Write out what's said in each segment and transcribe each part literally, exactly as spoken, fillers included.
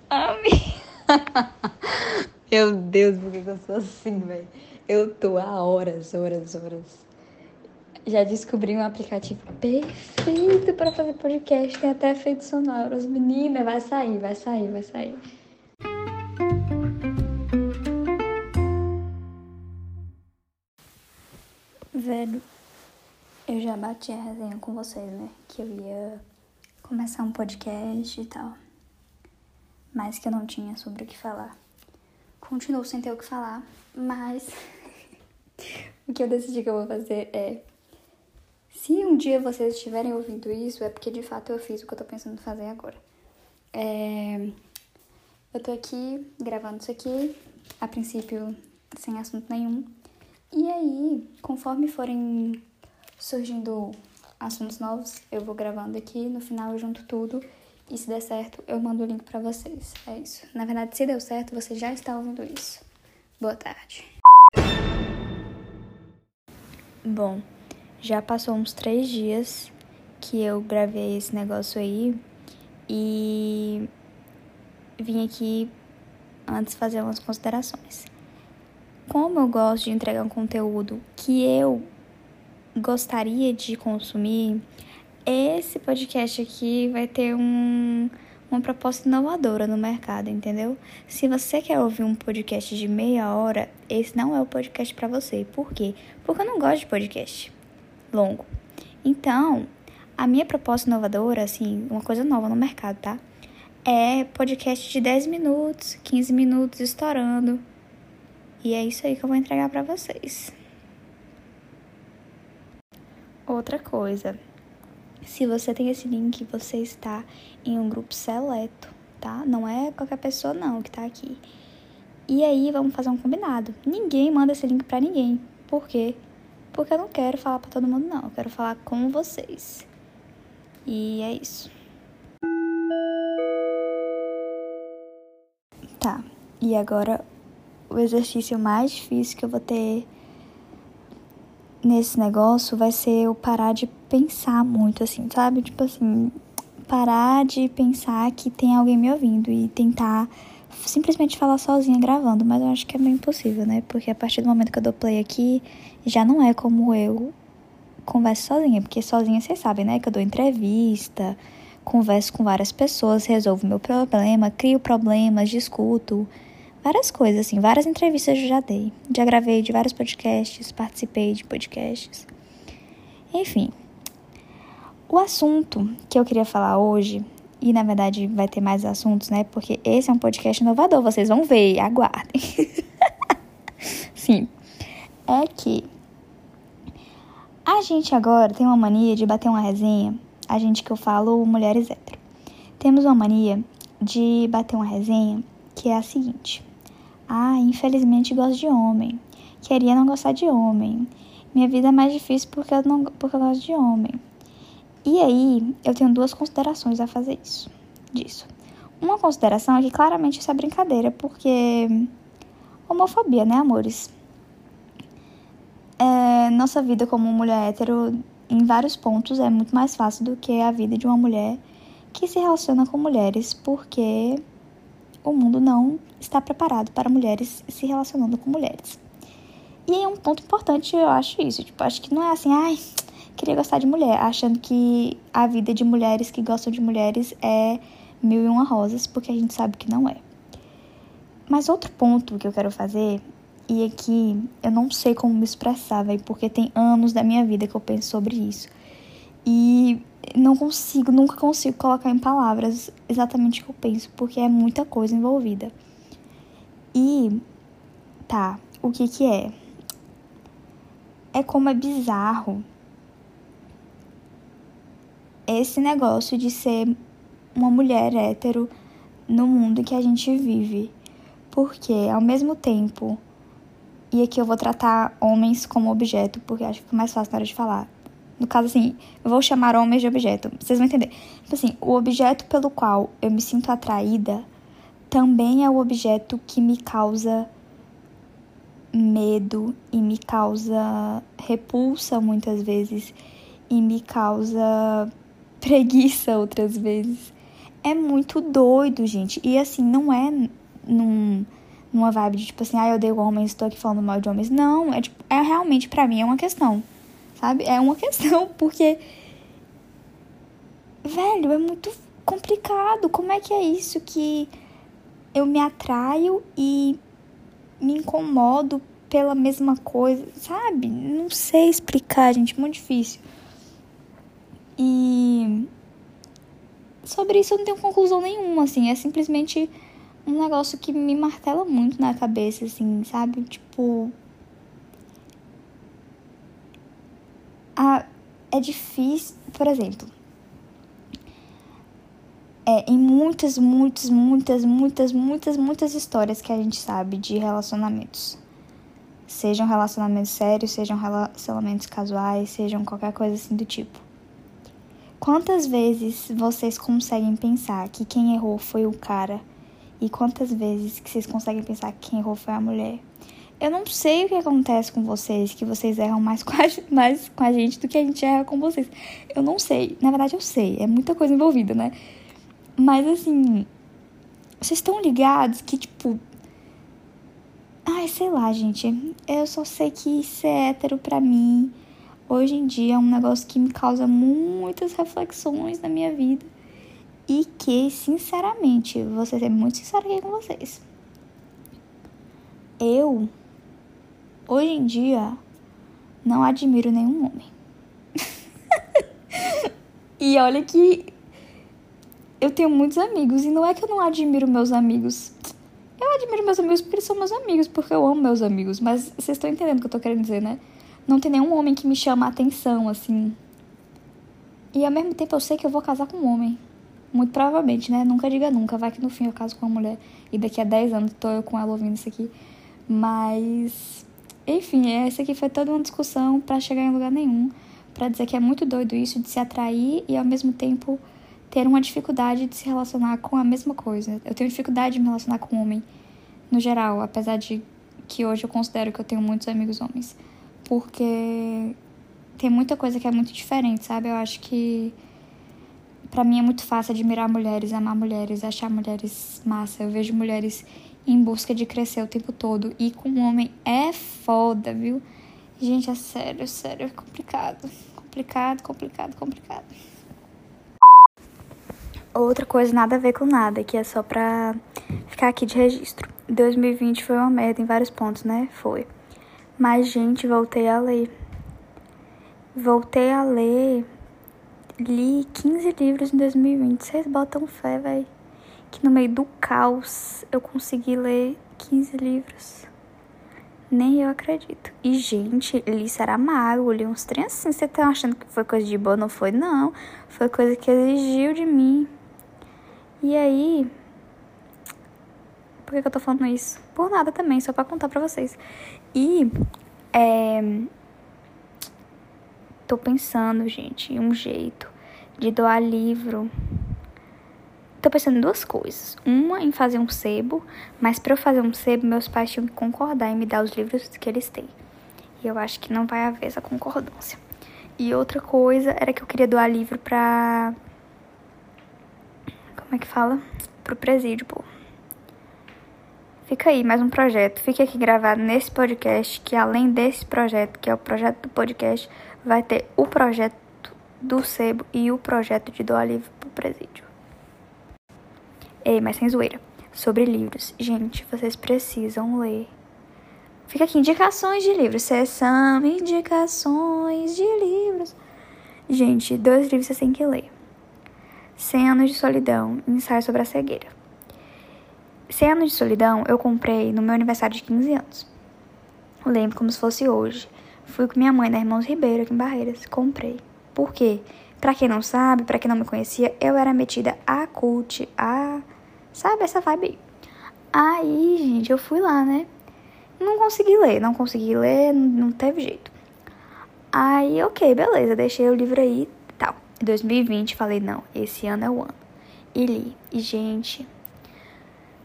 Ami. Meu Deus, por que que eu sou assim, velho? Eu tô há horas, horas, horas. Já descobri um aplicativo perfeito pra fazer podcast. Tem até efeitos sonoros. Menina, vai sair, vai sair, vai sair. Velho, eu já bati a resenha com vocês, né? Que eu ia começar um podcast e tal. Mas que eu não tinha sobre o que falar. Continuo sem ter o que falar, mas o que eu decidi que eu vou fazer é... Se um dia vocês estiverem ouvindo isso, é porque de fato eu fiz o que eu tô pensando em fazer agora. É... Eu tô aqui gravando isso aqui, a princípio sem assunto nenhum. E aí, conforme forem surgindo assuntos novos, eu vou gravando aqui, no final eu junto tudo. E se der certo, eu mando o link pra vocês. É isso. Na verdade, se deu certo, você já está ouvindo isso. Boa tarde. Bom, já passou uns três dias que eu gravei esse negócio aí. E vim aqui antes fazer umas considerações. Como eu gosto de entregar um conteúdo que eu gostaria de consumir, esse podcast aqui vai ter um, uma proposta inovadora no mercado, entendeu? Se você quer ouvir um podcast de meia hora, esse não é o podcast pra você. Por quê? Porque eu não gosto de podcast longo. Então, a minha proposta inovadora, assim, uma coisa nova no mercado, tá? É podcast de dez minutos, quinze minutos estourando. E é isso aí que eu vou entregar pra vocês. Outra coisa, se você tem esse link, você está em um grupo seleto, tá? Não é qualquer pessoa não que tá aqui. E aí, vamos fazer um combinado. Ninguém manda esse link pra ninguém. Por quê? Porque eu não quero falar pra todo mundo, não. Eu quero falar com vocês. E é isso. Tá. E agora, o exercício mais difícil que eu vou ter nesse negócio vai ser eu parar de pensar muito, assim, sabe? Tipo assim, parar de pensar que tem alguém me ouvindo e tentar simplesmente falar sozinha gravando, mas eu acho que é meio impossível, né? Porque a partir do momento que eu dou play aqui, já não é como eu converso sozinha, porque sozinha vocês sabem, né? Que eu dou entrevista, converso com várias pessoas, resolvo meu problema, crio problemas, discuto, várias coisas, assim, várias entrevistas eu já dei. Já gravei de vários podcasts, participei de podcasts. Enfim, o assunto que eu queria falar hoje, e na verdade vai ter mais assuntos, né? Porque esse é um podcast inovador, vocês vão ver, aguardem. Sim, é que a gente agora tem uma mania de bater uma resenha, a gente que eu falo mulheres hétero. Temos uma mania de bater uma resenha que é a seguinte: ah, infelizmente gosto de homem. Queria não gostar de homem. Minha vida é mais difícil porque eu, não, porque eu gosto de homem. E aí, eu tenho duas considerações a fazer isso, disso. Uma consideração é que claramente isso é brincadeira, porque homofobia, né, amores? É, nossa vida como mulher hétero, em vários pontos, é muito mais fácil do que a vida de uma mulher que se relaciona com mulheres, porque o mundo não está preparado para mulheres se relacionando com mulheres. E aí, um ponto importante, eu acho isso. Tipo, acho que não é assim, ai, queria gostar de mulher, achando que a vida de mulheres que gostam de mulheres é mil e uma rosas, porque a gente sabe que não é. Mas outro ponto que eu quero fazer, e aqui eu não sei como me expressar, véio, porque tem anos da minha vida que eu penso sobre isso. E não consigo, nunca consigo colocar em palavras exatamente o que eu penso, porque é muita coisa envolvida. E, tá, o que que é? É como é bizarro esse negócio de ser uma mulher hétero no mundo que a gente vive. Porque, ao mesmo tempo, e aqui eu vou tratar homens como objeto, porque acho que fica mais fácil na hora de falar. No caso, assim, eu vou chamar homens de objeto, vocês vão entender. Tipo assim, o objeto pelo qual eu me sinto atraída também é o objeto que me causa medo e me causa repulsa muitas vezes e me causa preguiça outras vezes. É muito doido, gente. E assim, não é num, numa vibe de tipo assim, ah, eu odeio homens, estou aqui falando mal de homens. Não, é tipo, é realmente pra mim é uma questão, sabe? É uma questão, porque, velho, é muito complicado. Como é que é isso que eu me atraio e me incomodo pela mesma coisa, sabe? Não sei explicar, gente, muito difícil. E sobre isso eu não tenho conclusão nenhuma, assim, é simplesmente um negócio que me martela muito na cabeça, assim, sabe? Tipo, a, é difícil, por exemplo, é, em muitas, muitas, muitas, muitas, muitas, muitas histórias que a gente sabe de relacionamentos, sejam relacionamentos sérios, sejam relacionamentos casuais, sejam qualquer coisa assim do tipo. Quantas vezes vocês conseguem pensar que quem errou foi o cara? E quantas vezes que vocês conseguem pensar que quem errou foi a mulher? Eu não sei o que acontece com vocês, que vocês erram mais com, a, mais com a gente do que a gente erra com vocês. Eu não sei. Na verdade, eu sei. É muita coisa envolvida, né? Mas, assim, vocês estão ligados que, tipo... Ai, sei lá, gente. Eu só sei que ser hétero pra mim, hoje em dia, é um negócio que me causa muitas reflexões na minha vida. E que, sinceramente, vou ser muito sincera aqui com vocês. Eu, hoje em dia, não admiro nenhum homem. E olha que eu tenho muitos amigos. E não é que eu não admiro meus amigos. Eu admiro meus amigos porque eles são meus amigos. Porque eu amo meus amigos. Mas vocês estão entendendo o que eu tô querendo dizer, né? Não tem nenhum homem que me chama a atenção, assim. E ao mesmo tempo eu sei que eu vou casar com um homem. Muito provavelmente, né? Nunca diga nunca. Vai que no fim eu caso com uma mulher. E daqui a dez anos tô eu com ela ouvindo isso aqui. Mas... Enfim, essa aqui foi toda uma discussão pra chegar em lugar nenhum. Pra dizer que é muito doido isso de se atrair e ao mesmo tempo ter uma dificuldade de se relacionar com a mesma coisa. Eu tenho dificuldade de me relacionar com homem no geral. Apesar de que hoje eu considero que eu tenho muitos amigos homens. Porque tem muita coisa que é muito diferente, sabe? Eu acho que pra mim é muito fácil admirar mulheres, amar mulheres, achar mulheres massa. Eu vejo mulheres em busca de crescer o tempo todo. E com um homem é foda, viu? Gente, é sério, sério, é complicado. Complicado, complicado, complicado. Outra coisa nada a ver com nada, que é só pra ficar aqui de registro. dois mil e vinte foi uma merda em vários pontos, né? Foi. Mas, gente, voltei a ler. Voltei a ler... Li quinze livros em dois mil e vinte. Vocês botam fé, velho? Que no meio do caos eu consegui ler quinze livros. Nem eu acredito. E, gente, li Saramago, li uns trem assim. Vocês estão achando que foi coisa de boa? Não foi, não. Foi coisa que exigiu de mim. E aí... Por que, que eu tô falando isso? Por nada também, só pra contar pra vocês. E... É... Tô pensando, gente, em um jeito de doar livro. Tô pensando em duas coisas. Uma, em fazer um sebo. Mas pra eu fazer um sebo, meus pais tinham que concordar em me dar os livros que eles têm. E eu acho que não vai haver essa concordância. E outra coisa era que eu queria doar livro pra... Como é que fala? Pro presídio, pô. Fica aí, mais um projeto. Fica aqui gravado nesse podcast, que além desse projeto, que é o projeto do podcast, vai ter o projeto do sebo e o projeto de doar livro pro presídio. Ei, mas sem zoeira. Sobre livros. Gente, vocês precisam ler. Fica aqui, indicações de livros. Sessão, indicações de livros. Gente, dois livros vocês têm que ler. Cem Anos de Solidão, Ensaio sobre a Cegueira. Cem Anos de Solidão eu comprei no meu aniversário de quinze anos. Eu lembro como se fosse hoje. Fui com minha mãe na Irmãos Ribeiro, aqui em Barreiras. Comprei. Por quê? Pra quem não sabe, pra quem não me conhecia, eu era metida a cult, a... Sabe, essa vibe aí. Aí, gente, eu fui lá, né? Não consegui ler, não consegui ler, não teve jeito. Aí, ok, beleza, deixei o livro aí e tal. Em dois mil e vinte, falei, não, esse ano é o ano. E li. E, gente...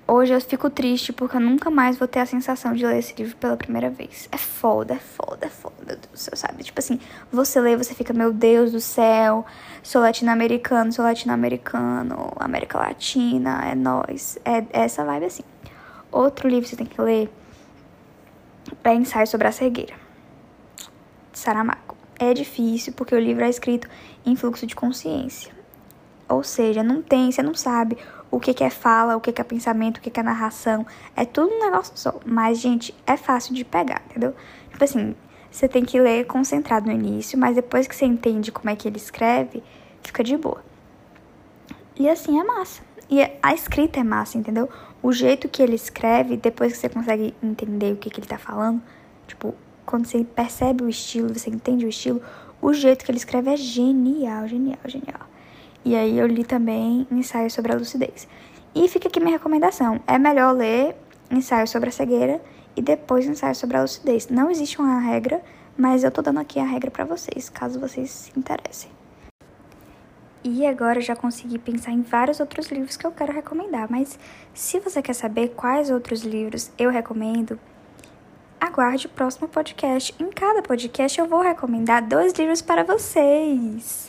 hoje eu fico triste porque eu nunca mais vou ter a sensação de ler esse livro pela primeira vez. É foda, é foda, é foda, meu Deus do céu, sabe? Tipo assim, você lê, você fica, meu Deus do céu, sou latino-americano, sou latino-americano, América Latina, é nóis. É essa vibe assim. Outro livro que você tem que ler é Ensaio sobre a Cegueira, de Saramago. É difícil porque o livro é escrito em fluxo de consciência. Ou seja, não tem, você não sabe o que, que é fala, o que, que é pensamento, o que, que é narração. É tudo um negócio só. Mas, gente, é fácil de pegar, entendeu? Tipo assim, você tem que ler concentrado no início, mas depois que você entende como é que ele escreve, fica de boa. E assim, é massa. E a escrita é massa, entendeu? O jeito que ele escreve, depois que você consegue entender o que, que ele tá falando, tipo, quando você percebe o estilo, você entende o estilo, o jeito que ele escreve é genial, genial, genial. E aí eu li também Ensaio sobre a Lucidez. E fica aqui minha recomendação. É melhor ler Ensaio sobre a Cegueira e depois Ensaio sobre a Lucidez. Não existe uma regra, mas eu tô dando aqui a regra pra vocês, caso vocês se interessem. E agora eu já consegui pensar em vários outros livros que eu quero recomendar. Mas se você quer saber quais outros livros eu recomendo, aguarde o próximo podcast. Em cada podcast eu vou recomendar dois livros para vocês.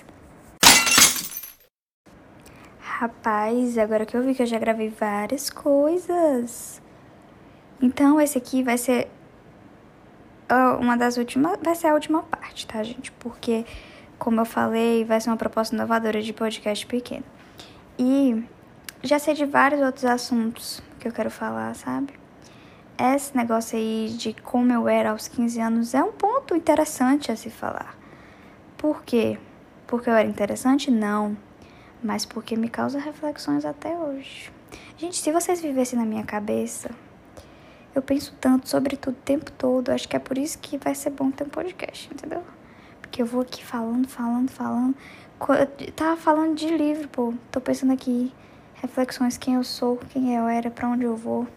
Rapaz, agora que eu vi que eu já gravei várias coisas. Então, esse aqui vai ser uma das últimas, vai ser a última parte, tá, gente? Porque, como eu falei, vai ser uma proposta inovadora de podcast pequeno. E já sei de vários outros assuntos que eu quero falar, sabe? Esse negócio aí de como eu era aos quinze anos é um ponto interessante a se falar. Por quê? Porque eu era interessante? Não. Mas porque me causa reflexões até hoje. Gente, se vocês vivessem na minha cabeça, eu penso tanto sobre tudo o tempo todo. Acho que é por isso que vai ser bom ter um podcast, entendeu? Porque eu vou aqui falando, falando, falando. Eu tava falando de livro, pô. Tô pensando aqui, reflexões, quem eu sou, quem eu era, pra onde eu vou.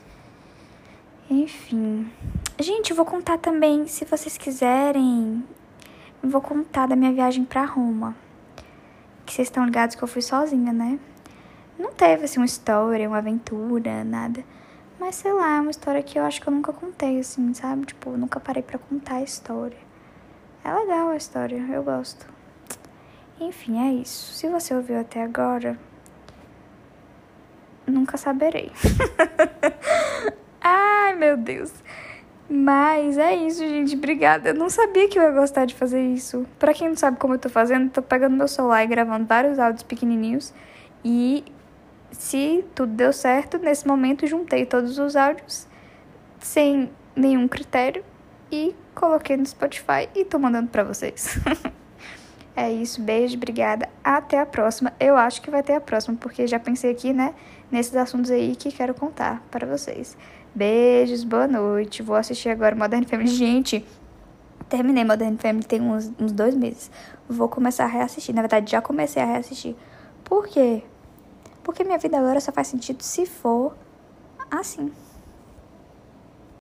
Enfim. Gente, eu vou contar também, se vocês quiserem, eu vou contar da minha viagem pra Roma. Que vocês estão ligados que eu fui sozinha, né? Não teve, assim, uma história, uma aventura, nada. Mas, sei lá, é uma história que eu acho que eu nunca contei, assim, sabe? Tipo, eu nunca parei pra contar a história. É legal a história, eu gosto. Enfim, é isso. Se você ouviu até agora, nunca saberei. Ai, meu Deus. Mas é isso, gente. Obrigada. Eu não sabia que eu ia gostar de fazer isso. Pra quem não sabe como eu tô fazendo, tô pegando meu celular e gravando vários áudios pequenininhos. E se tudo deu certo, nesse momento juntei todos os áudios sem nenhum critério e coloquei no Spotify e tô mandando pra vocês. É isso, beijo, obrigada. Até a próxima. Eu acho que vai ter a próxima, porque já pensei aqui, né, nesses assuntos aí que quero contar para vocês. Beijos, boa noite. Vou assistir agora Modern Family. Gente, terminei Modern Family tem uns, uns dois meses. Vou começar a reassistir. Na verdade, já comecei a reassistir. Por quê? Porque minha vida agora só faz sentido se for assim.